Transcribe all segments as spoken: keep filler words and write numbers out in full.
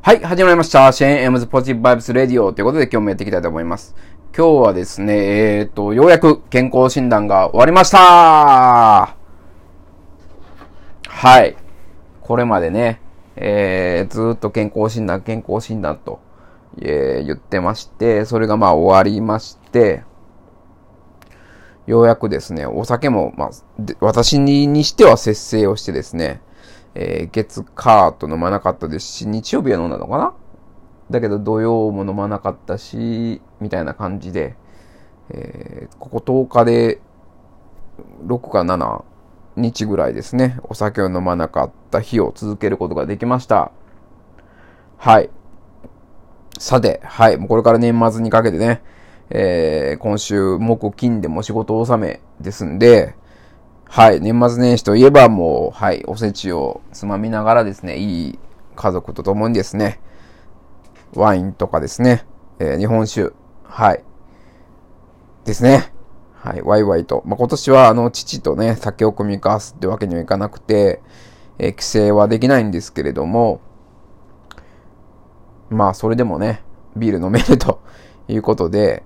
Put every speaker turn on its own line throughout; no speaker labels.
はい、始まりました。シェーン・エムズ・ポジティブ・バイブス・レディオということで今日もやっていきたいと思います。今日はですね、えーと、ようやく健康診断が終わりましたはい。これまでね、えー、ずーっと健康診断、健康診断と、えー、言ってまして、それがまあ終わりまして、ようやくですね、お酒も、まあ、私にしては節制をしてですね、えー、月、火と飲まなかったですし、日曜日は飲んだのかな？だけど土曜も飲まなかったし、みたいな感じで、えー、こことおかでろくかななにちぐらいですね、お酒を飲まなかった日を続けることができました。はい。さて、はい、もうこれから年末にかけてね、えー、今週木金でも仕事納めですんで、はい、年末年始といえばもう、はい、おせちをつまみながらですね、いい家族と共にですね、ワインとかですね、えー、日本酒、はい、ですね。はい、ワイワイと。まあ、今年はあの、父とね、酒を組み交わすってわけにはいかなくて、えー、規制はできないんですけれども、まあ、それでもね、ビール飲めるということで、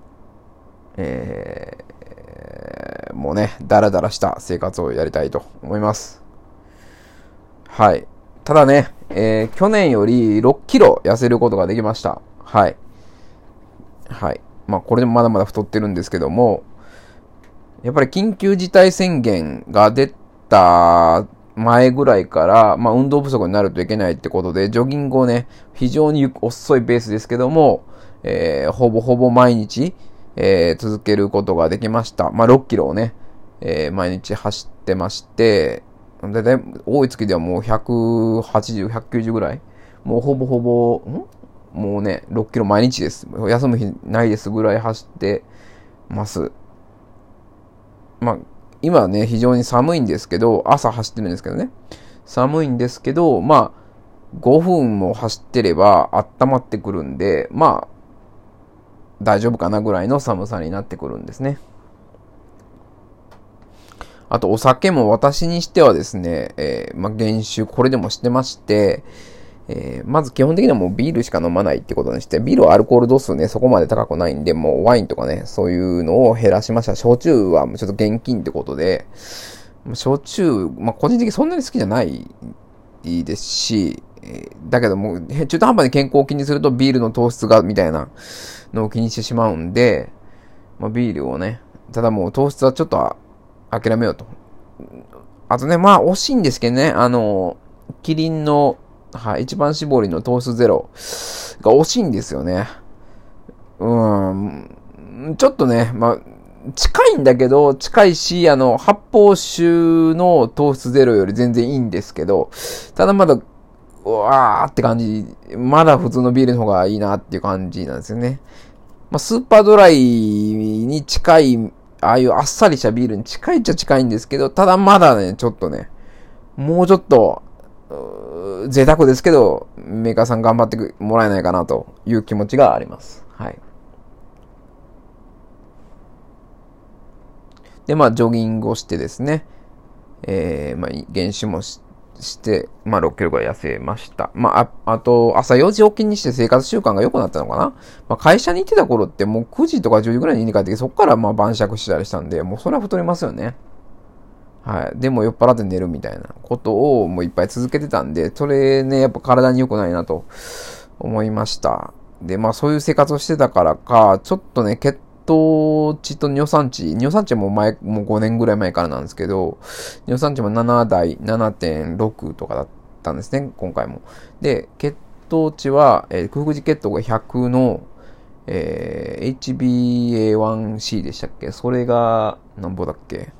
えー、もうね、ダラダラした生活をやりたいと思います。はい。ただね、えー、去年よりろっキロ痩せることができました。はい。はい。まあ、これでもまだまだ太ってるんですけども、やっぱり緊急事態宣言が出た前ぐらいから、まあ、運動不足になるといけないってことで、ジョギングをね、非常に遅いペースですけども、えー、ほぼほぼ毎日、えー、続けることができました。まあ、ろっキロをね、えー、毎日走ってまして、だいたい多い月ではもうひゃくはちじゅう、ひゃくきゅうじゅうぐらい、もうほぼほぼ、んもうね、ろっキロ毎日です。休む日ないですぐらい走ってます。まあ、今はね、非常に寒いんですけど、朝走ってるんですけどね。寒いんですけど、まあ、ごふんも走ってれば温まってくるんで、まあ、大丈夫かなぐらいの寒さになってくるんですね。あと、お酒も私にしてはですね、えー、まあ、減酒、これでもしてまして、えー、まず基本的にはもうビールしか飲まないってことにして、ビールはアルコール度数ね、そこまで高くないんで、もうワインとかね、そういうのを減らしました。焼酎はちょっと現金ってことで、焼酎、まあ、個人的にそんなに好きじゃないですし、えー、だけどもう、中途半端に健康を気にするとビールの糖質が、みたいなのを気にしてしまうんで、まあ、ビールをね、ただもう糖質はちょっと諦めようと。あとね、まあ惜しいんですけどね、あの、キリンの、はい、一番搾りの糖質ゼロが惜しいんですよね。うーん、ちょっとね、まあ、近いんだけど、近いし、あの、発泡酒の糖質ゼロより全然いいんですけど、ただまだ、うわーって感じ、まだ普通のビールの方がいいなっていう感じなんですよね。まあ、スーパードライに近い、ああいうあっさりしたビールに近いっちゃ近いんですけど、ただまだね、ちょっとね、もうちょっと、贅沢ですけど、メーカーさん頑張ってもらえないかなという気持ちがあります。はい。で、まあ、ジョギングをしてですね、えー、まあ、減酒もし、して、まあ、ろっキロぐらい痩せました。まあ、あ、あと、朝よじ起きにして生活習慣が良くなったのかな。まあ、会社に行ってた頃ってもうくじとかじゅうじぐらいに家に帰ってきて、そこからまあ晩酌したりしたんで、もうそれは太りますよね。はい。でも酔っ払って寝るみたいなことをもういっぱい続けてたんで、それね、やっぱ体に良くないなと思いました。で、まあそういう生活をしてたからか、ちょっとね、血糖値と尿酸値、尿酸値も前、もうごねんぐらい前からなんですけど、尿酸値もななだい、ななてんろくとかだったんですね、今回も。で、血糖値は、えー、空腹時血糖がひゃくの、えー、エイチビーエーワンシー でしたっけ？それが、なんぼだっけ？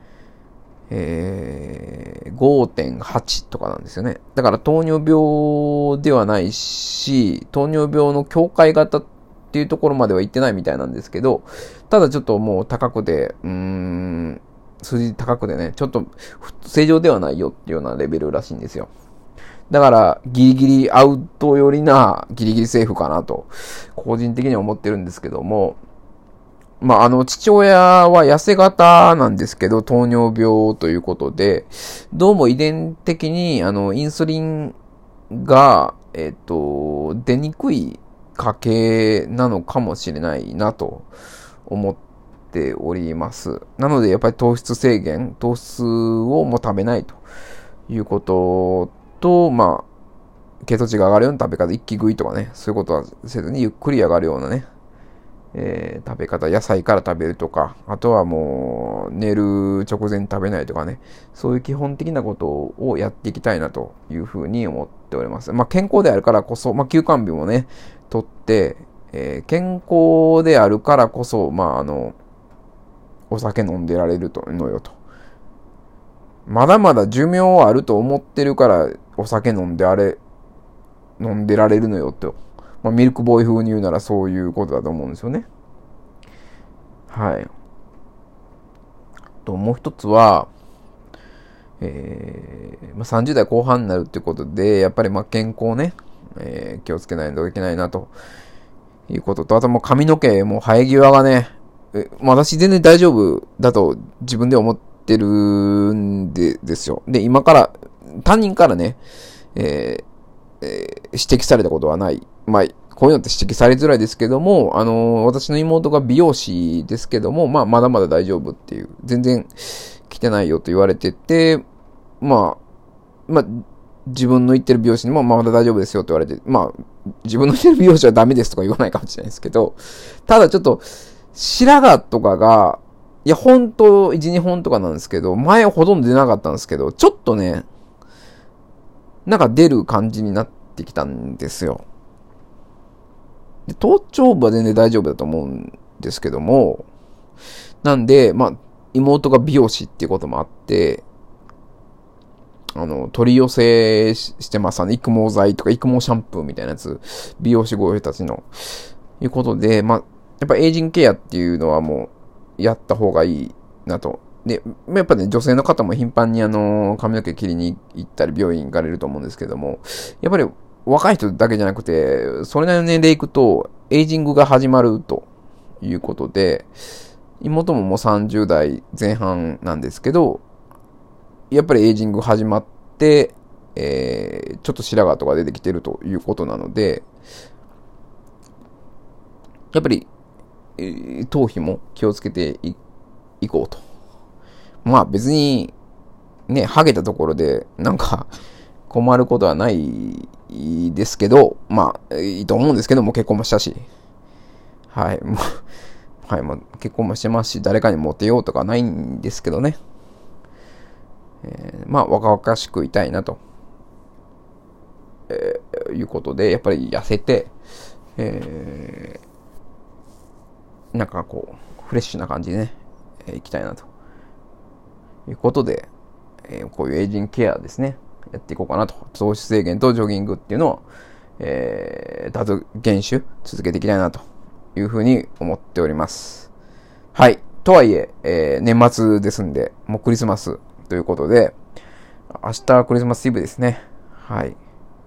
えー、ごてんはち とかなんですよね。だから糖尿病ではないし、糖尿病の境界型っていうところまでは行ってないみたいなんですけど、ただちょっともう高くて、うーん、数字高くてね、ちょっと正常ではないよっていうようなレベルらしいんですよ。だから、ギリギリアウトよりな、ギリギリセーフかなと、個人的には思ってるんですけども、まあ、あの、父親は痩せ型なんですけど、糖尿病ということで、どうも遺伝的に、あの、インスリンが、 えっと、出にくい家計なのかもしれないなと思っております。なので、やっぱり糖質制限、糖質をもう食べないということと、まあ、血糖値が上がるような食べ方、一気食いとかね、そういうことはせずにゆっくり上がるようなね、えー、食べ方、野菜から食べるとか、あとはもう寝る直前に食べないとかね、そういう基本的なことをやっていきたいなというふうに思っております。まあ健康であるからこそ、まあ休肝日もね、とって、えー、健康であるからこそ、まああの、お酒飲んでられるとのよと。まだまだ寿命はあると思ってるからお酒飲んであれ、飲んでられるのよと。まあ、ミルクボーイ風に言うならそういうことだと思うんですよね。はい。と、もう一つは、えーまあ、さんじゅう代後半になるってことで、やっぱりまあ健康ね、えー、気をつけないといけないなということと、あともう髪の毛も生え際がね、え私全然大丈夫だと自分で思ってるんでですよ。で、今から、他人からね、えーえー、指摘されたことはない。まあ、こういうのって指摘されづらいですけども、あのー、私の妹が美容師ですけども、まあ、まだまだ大丈夫っていう、全然来てないよと言われてて、まあ、まあ、自分の言ってる美容師にも、まあ、まだ大丈夫ですよって言われて、まあ、自分の言ってる美容師はダメですとか言わないかもしれないですけど、ただちょっと、白髪とかが、いや、ほんと、いち、にほんとかなんですけど、前ほとんど出なかったんですけど、ちょっとね、なんか出る感じになってきたんですよ。で頭頂部は全然大丈夫だと思うんですけども、なんで、まあ、妹が美容師っていうこともあって、あの、取り寄せしてます。あの、育毛剤とか育毛シャンプーみたいなやつ、美容師ご用たちの、いうことで、まあ、やっぱエイジングケアっていうのはもう、やった方がいいなと。で、やっぱね、女性の方も頻繁にあの、髪の毛切りに行ったり病院行かれると思うんですけども、やっぱり若い人だけじゃなくて、それなりの年齢行くと、エイジングが始まるということで、妹ももうさんじゅう代前半なんですけど、やっぱりエイジング始まって、えー、ちょっと白髪とか出てきてるということなので、やっぱり、えー、頭皮も気をつけて い, いこうと。まあ別に、ね、ハゲたところで、なんか、困ることはないですけど、まあ、いいと思うんですけども、結婚もしたし。はい、もう、はい、まあ、結婚もしてますし、誰かにモテようとかないんですけどね。えー、まあ、若々しくいたいなと。えー、いうことで、やっぱり痩せて、えー、なんかこう、フレッシュな感じでね、えー、いきたいなと。いうことで、えー、こういうエイジングケアですね、やっていこうかなと。糖質制限とジョギングっていうのを、えー、脱減酒続けていきたいなというふうに思っております。はい。とはいえ、えー、年末ですんで、もうクリスマスということで、明日はクリスマスイブですね。はい。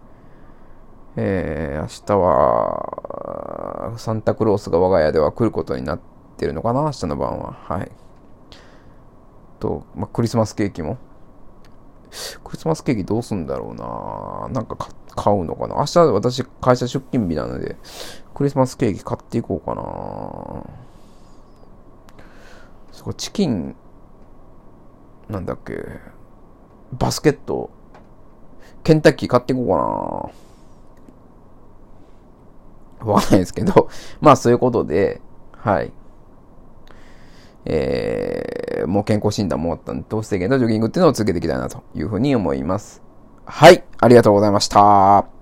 えー、明日は、サンタクロースが我が家では来ることになってるのかな、明日の晩は。はい。と、まあ、クリスマスケーキも。クリスマスケーキどうすんだろうな、なんか買うのかな。明日私会社出勤日なので、クリスマスケーキ買っていこうかな。そこチキン、なんだっけ、バスケット、ケンタッキー買っていこうかな。わかんないですけど、まあそういうことで、はい。えー、もう健康診断も終わったんで、糖質制限とジョギングっていうのを続けていきたいなというふうに思います。はい、ありがとうございました。